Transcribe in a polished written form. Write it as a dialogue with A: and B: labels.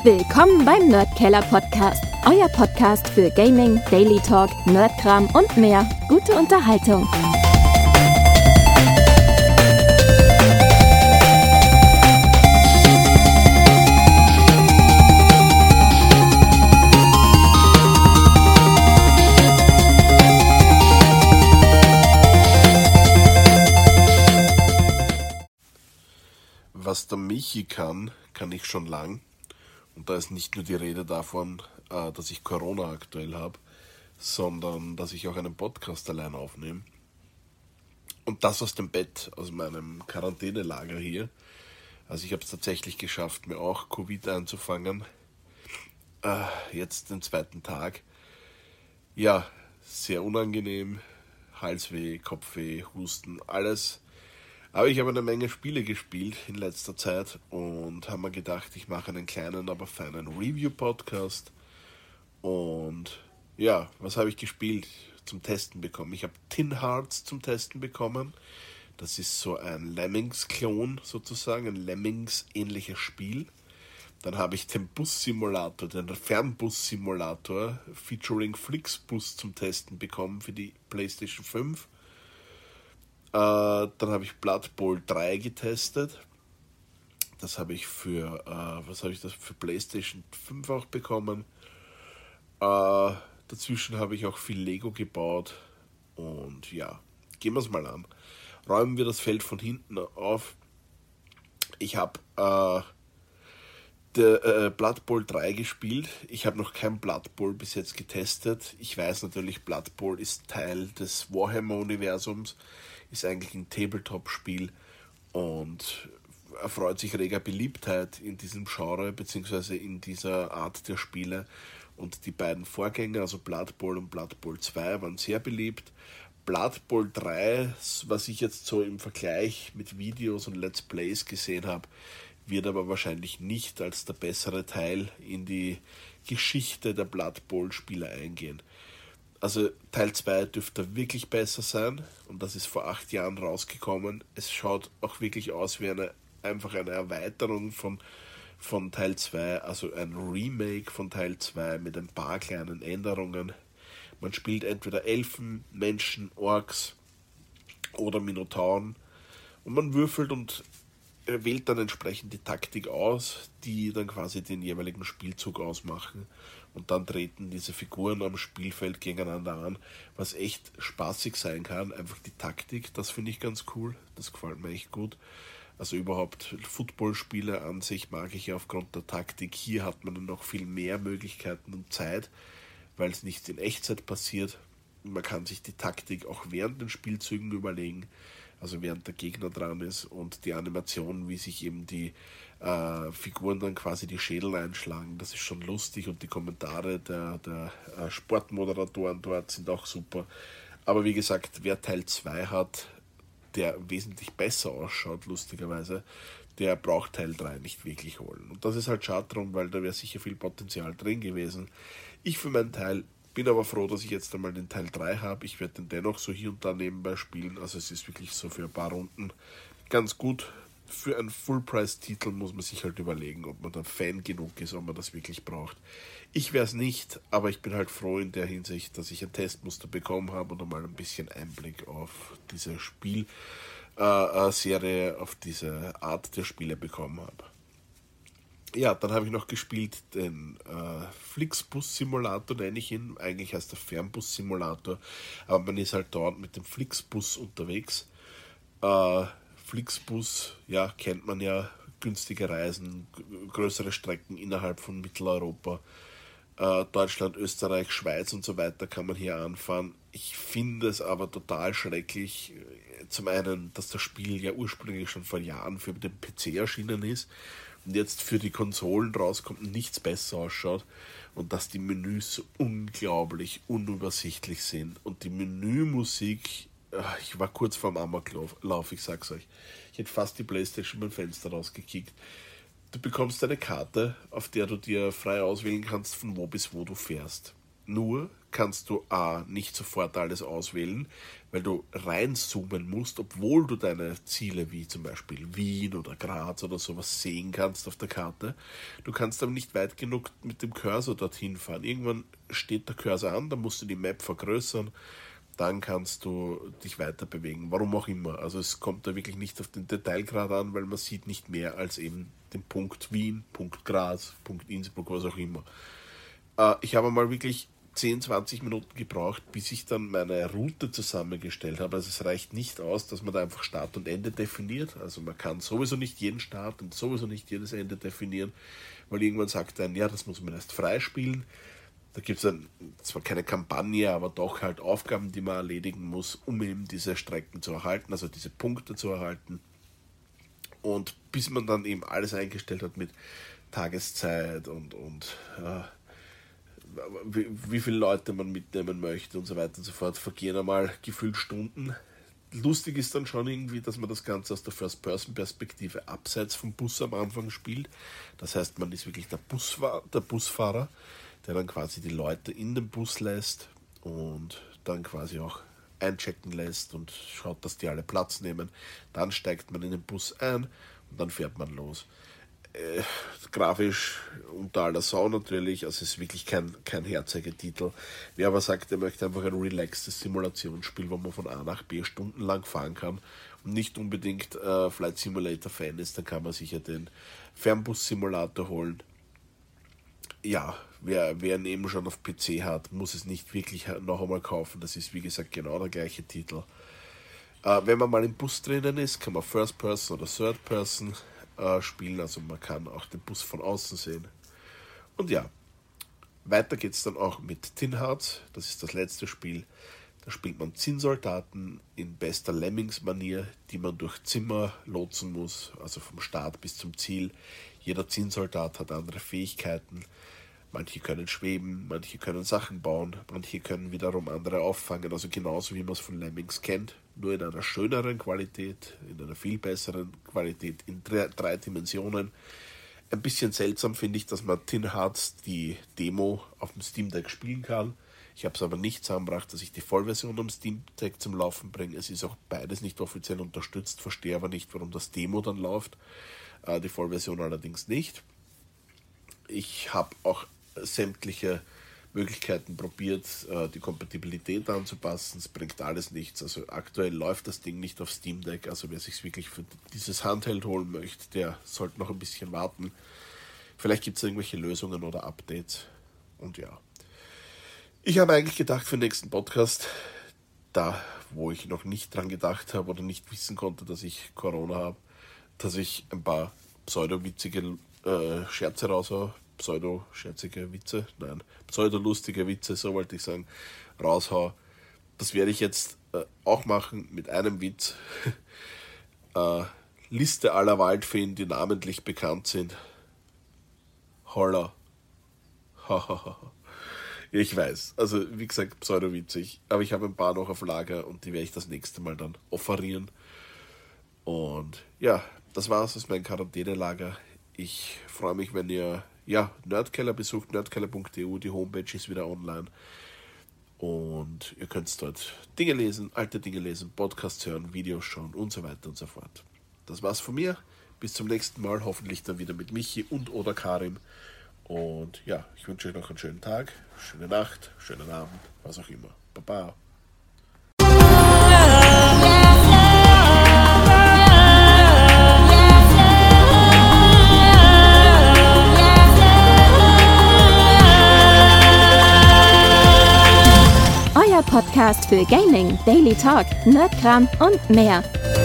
A: Willkommen beim Nerdkeller Podcast. Euer Podcast für Gaming, Daily Talk, Nerdkram und mehr. Gute Unterhaltung.
B: Was der Michi kann ich schon lang. Und da ist nicht nur die Rede davon, dass ich Corona aktuell habe, sondern dass ich auch einen Podcast allein aufnehme. Und das aus dem Bett, aus meinem Quarantänelager hier. Also ich habe es tatsächlich geschafft, mir auch Covid einzufangen. Jetzt den zweiten Tag. Ja, sehr unangenehm. Halsweh, Kopfweh, Husten, alles. Aber ich habe eine Menge Spiele gespielt in letzter Zeit und habe mir gedacht, ich mache einen kleinen, aber feinen Review-Podcast. Und ja, was habe ich gespielt zum Testen bekommen? Ich habe Tin Hearts zum Testen bekommen. Das ist so ein Lemmings-Klon sozusagen, ein Lemmings-ähnliches Spiel. Dann habe ich den Bus-Simulator, den Fernbus-Simulator featuring Flixbus zum Testen bekommen für die PlayStation 5. Dann habe ich Blood Bowl 3 getestet. Das habe ich für PlayStation 5 auch bekommen. Dazwischen habe ich auch viel Lego gebaut. Und ja, gehen wir es mal an. Räumen wir das Feld von hinten auf. Ich habe Blood Bowl 3 gespielt. Ich habe noch kein Blood Bowl bis jetzt getestet. Ich weiß natürlich, Blood Bowl ist Teil des Warhammer-Universums, ist eigentlich ein Tabletop-Spiel und erfreut sich reger Beliebtheit in diesem Genre bzw. in dieser Art der Spiele. Und die beiden Vorgänger, also Blood Bowl und Blood Bowl 2, waren sehr beliebt. Blood Bowl 3, was ich jetzt so im Vergleich mit Videos und Let's Plays gesehen habe, wird aber wahrscheinlich nicht als der bessere Teil in die Geschichte der Blood Bowl-Spiele eingehen. Also Teil 2 dürfte wirklich besser sein und das ist vor 8 Jahren rausgekommen. Es schaut auch wirklich aus wie einfach eine Erweiterung von Teil 2, also ein Remake von Teil 2 mit ein paar kleinen Änderungen. Man spielt entweder Elfen, Menschen, Orks oder Minotauren und man würfelt und wählt dann entsprechend die Taktik aus, die dann quasi den jeweiligen Spielzug ausmachen. Und dann treten diese Figuren am Spielfeld gegeneinander an, was echt spaßig sein kann. Einfach die Taktik, das finde ich ganz cool. Das gefällt mir echt gut. Also überhaupt Footballspiele an sich mag ich ja aufgrund der Taktik. Hier hat man dann noch viel mehr Möglichkeiten und Zeit, weil es nicht in Echtzeit passiert. Man kann sich die Taktik auch während den Spielzügen überlegen, also während der Gegner dran ist, und die Animation, wie sich eben die Figuren dann quasi die Schädel einschlagen, das ist schon lustig, und die Kommentare der Sportmoderatoren dort sind auch super. Aber wie gesagt, wer Teil 2 hat, der wesentlich besser ausschaut, lustigerweise, der braucht Teil 3 nicht wirklich holen. Und das ist halt schade drum, weil da wäre sicher viel Potenzial drin gewesen. Ich für meinen Teil bin aber froh, dass ich jetzt einmal den Teil 3 habe. Ich werde den dennoch so hier und da nebenbei spielen. Also es ist wirklich so für ein paar Runden ganz gut. Für einen Full-Price-Titel muss man sich halt überlegen, ob man dann Fan genug ist, ob man das wirklich braucht. Ich wäre es nicht, aber ich bin halt froh in der Hinsicht, dass ich ein Testmuster bekommen habe und einmal ein bisschen Einblick auf diese Spielserie, auf diese Art der Spiele bekommen habe. Ja, dann habe ich noch gespielt den Flixbus-Simulator, nenne ich ihn. Eigentlich heißt der Fernbus-Simulator, aber man ist halt dort mit dem Flixbus unterwegs. Flixbus, ja, kennt man ja, günstige Reisen, größere Strecken innerhalb von Mitteleuropa. Deutschland, Österreich, Schweiz und so weiter kann man hier anfahren. Ich finde es aber total schrecklich, zum einen, dass das Spiel ja ursprünglich schon vor Jahren für den PC erschienen ist und jetzt für die Konsolen rauskommt und nichts besser ausschaut, und dass die Menüs so unglaublich unübersichtlich sind und die Menümusik, ich war kurz vorm Amoklauf, ich sag's euch. Ich hätte fast die Playstation beim Fenster rausgekickt. Du bekommst eine Karte, auf der du dir frei auswählen kannst, von wo bis wo du fährst. Nur kannst du nicht sofort alles auswählen, weil du reinzoomen musst, obwohl du deine Ziele wie zum Beispiel Wien oder Graz oder sowas sehen kannst auf der Karte. Du kannst aber nicht weit genug mit dem Cursor dorthin fahren. Irgendwann steht der Cursor an, dann musst du die Map vergrößern, dann kannst du dich weiter bewegen. Warum auch immer. Also es kommt da wirklich nicht auf den Detailgrad an, weil man sieht nicht mehr als eben den Punkt Wien, Punkt Graz, Punkt Innsbruck, was auch immer. Ich habe mal wirklich 10-20 Minuten gebraucht, bis ich dann meine Route zusammengestellt habe. Also es reicht nicht aus, dass man da einfach Start und Ende definiert. Also man kann sowieso nicht jeden Start und sowieso nicht jedes Ende definieren, weil irgendwann sagt ein, ja, das muss man erst freispielen. Da gibt es dann zwar keine Kampagne, aber doch halt Aufgaben, die man erledigen muss, um eben diese Strecken zu erhalten, also diese Punkte zu erhalten. Und bis man dann eben alles eingestellt hat mit Tageszeit und wie viele Leute man mitnehmen möchte und so weiter und so fort, vergehen einmal gefühlt Stunden. Lustig ist dann schon irgendwie, dass man das Ganze aus der First-Person-Perspektive abseits vom Bus am Anfang spielt. Das heißt, man ist wirklich der Busfahrer, der dann quasi die Leute in den Bus lässt und dann quasi auch einchecken lässt und schaut, dass die alle Platz nehmen. Dann steigt man in den Bus ein und dann fährt man los. Grafisch unter aller Sau natürlich, also es ist wirklich kein Herzeigetitel. Wer aber sagt, er möchte einfach ein relaxtes Simulationsspiel, wo man von A nach B stundenlang fahren kann und nicht unbedingt Flight Simulator Fan ist, dann kann man sicher den Fernbus-Simulator holen. Ja, wer ihn eben schon auf PC hat, muss es nicht wirklich noch einmal kaufen. Das ist wie gesagt genau der gleiche Titel. Wenn man mal im Bus drinnen ist, kann man First Person oder Third Person spielen, also man kann auch den Bus von außen sehen. Und ja, weiter geht es dann auch mit Tin Hearts, das ist das letzte Spiel. Da spielt man Zinnsoldaten in bester Lemmings-Manier, die man durch Zimmer lotsen muss, also vom Start bis zum Ziel. Jeder Zinnsoldat hat andere Fähigkeiten. Manche können schweben, manche können Sachen bauen, manche können wiederum andere auffangen, also genauso wie man es von Lemmings kennt, nur in einer schöneren Qualität, in einer viel besseren Qualität, in 3 Dimensionen. Ein bisschen seltsam finde ich, dass man Tin Hearts die Demo auf dem Steam Deck spielen kann. Ich habe es aber nicht zusammengebracht, dass ich die Vollversion am Steam Deck zum Laufen bringe. Es ist auch beides nicht offiziell unterstützt, verstehe aber nicht, warum das Demo dann läuft. Die Vollversion allerdings nicht. Ich habe auch sämtliche Möglichkeiten probiert, die Kompatibilität anzupassen. Es bringt alles nichts. Also aktuell läuft das Ding nicht auf Steam Deck. Also wer sich wirklich für dieses Handheld holen möchte, der sollte noch ein bisschen warten. Vielleicht gibt es irgendwelche Lösungen oder Updates. Und ja. Ich habe eigentlich gedacht für den nächsten Podcast, da wo ich noch nicht dran gedacht habe oder nicht wissen konnte, dass ich Corona habe, dass ich ein paar pseudo-witzige Scherze raushaue. Pseudo-scherzige Witze, nein, pseudo-lustige Witze, so wollte ich sagen, raushau. Das werde ich jetzt auch machen mit einem Witz. Liste aller Waldfeen, die namentlich bekannt sind. Holla. Ich weiß, also wie gesagt, pseudo-witzig, aber ich habe ein paar noch auf Lager und die werde ich das nächste Mal dann offerieren. Und ja, das war's aus meinem Quarantänelager. Ich freue mich, wenn ihr Nerdkeller besucht, nerdkeller.eu, die Homepage ist wieder online und ihr könnt dort Dinge lesen, alte Dinge lesen, Podcasts hören, Videos schauen und so weiter und so fort. Das war's von mir, bis zum nächsten Mal, hoffentlich dann wieder mit Michi und oder Karim und ja, ich wünsche euch noch einen schönen Tag, schöne Nacht, schönen Abend, was auch immer. Baba.
A: Euer Podcast für Gaming, Daily Talk, Nerdkram und mehr.